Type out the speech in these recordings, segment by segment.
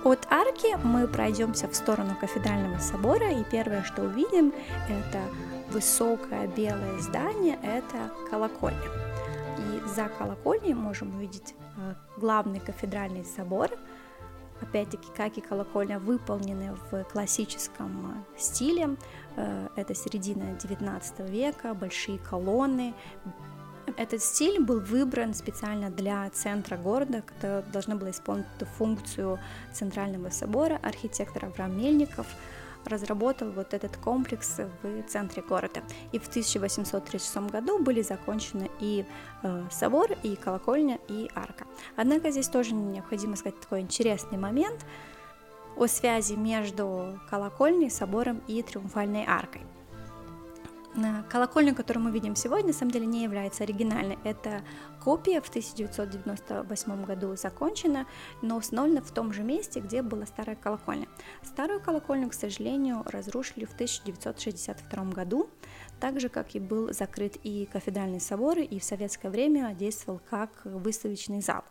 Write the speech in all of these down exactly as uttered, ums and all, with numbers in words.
От арки мы пройдемся в сторону кафедрального собора, и первое, что увидим, это высокое белое здание, это колокольня. И за колокольней можем увидеть главный кафедральный собор. Опять-таки, как и колокольня, выполнены в классическом стиле. Это середина девятнадцатого века, большие колонны. Этот стиль был выбран специально для центра города, когда должна была исполнить эту функцию центрального собора. Архитектор Авраам Мельников разработал вот этот комплекс в центре города. И в тысяча восемьсот тридцать шестом году были закончены и э, собор, и колокольня, и арка. Однако здесь тоже необходимо сказать такой интересный момент о связи между колокольней, собором и триумфальной аркой. Колокольня, которую мы видим сегодня, на самом деле не является оригинальной. Это копия в тысяча девятьсот девяносто восьмом году закончена, но установлена в том же месте, где была старая колокольня. Старую колокольню, к сожалению, разрушили в тысяча девятьсот шестьдесят втором году, так же, как и был закрыт и кафедральный собор, и в советское время действовал как выставочный зал.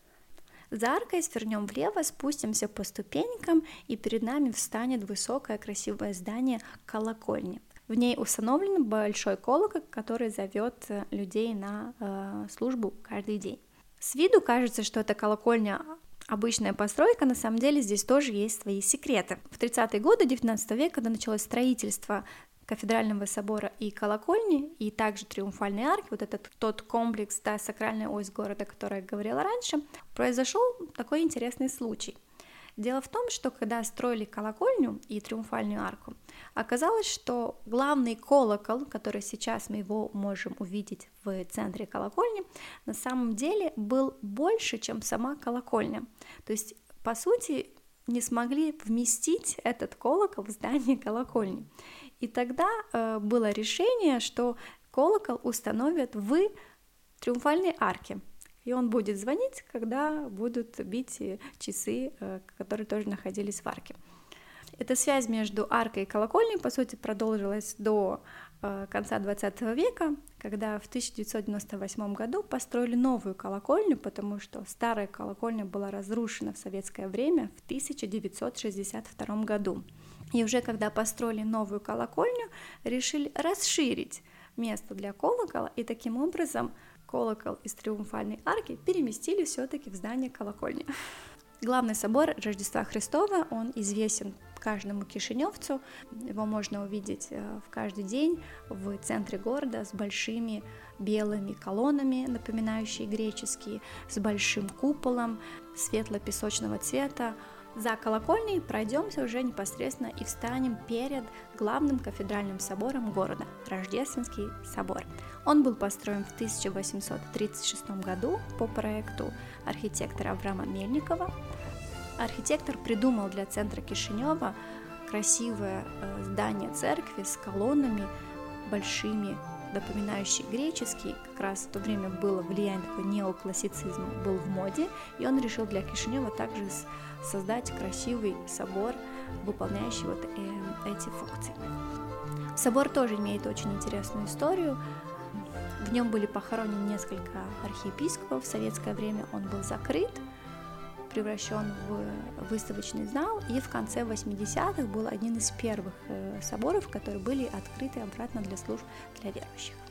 За аркой свернем влево, спустимся по ступенькам, и перед нами встанет высокое красивое здание колокольни. В ней установлен большой колокол, который зовет людей на э, службу каждый день. С виду кажется, что это колокольня обычная постройка, на самом деле здесь тоже есть свои секреты. В тридцатые годы девятнадцатого века, когда началось строительство кафедрального собора и колокольни, и также триумфальной арки, вот этот тот комплекс, та сакральная ось города, о которой я говорила раньше, произошел такой интересный случай. Дело в том, что когда строили колокольню и триумфальную арку, оказалось, что главный колокол, который сейчас мы его можем увидеть в центре колокольни, на самом деле был больше, чем сама колокольня. То есть, по сути, не смогли вместить этот колокол в здание колокольни. И тогда э, было решение, что колокол установят в триумфальной арке. И он будет звонить, когда будут бить часы, которые тоже находились в арке. Эта связь между аркой и колокольней, по сути, продолжилась до конца двадцатого века, когда в тысяча девятьсот девяносто восьмом году построили новую колокольню, потому что старая колокольня была разрушена в советское время в тысяча девятьсот шестьдесят втором году. И уже когда построили новую колокольню, решили расширить место для колокола, и таким образом колокол из триумфальной арки переместили все-таки в здание колокольни. Главный собор Рождества Христова, он известен каждому кишиневцу, его можно увидеть в каждый день в центре города с большими белыми колоннами, напоминающие греческие, с большим куполом светло-песочного цвета. За колокольней пройдемся уже непосредственно и встанем перед главным кафедральным собором города, Рождественский собор. Он был построен в тысяча восемьсот тридцать шестом году по проекту архитектора Авраама Мельникова. Архитектор придумал для центра Кишинева красивое здание церкви с колоннами большими, напоминающие греческие. Как раз в то время было влияние такой неоклассицизма, был в моде, и он решил для Кишинева также создать красивый собор, выполняющий вот э, эти функции. Собор тоже имеет очень интересную историю. В нем были похоронены несколько архиепископов. В советское время он был закрыт, превращен в выставочный зал, и в конце восьмидесятых был один из первых соборов, которые были открыты обратно для служб для верующих.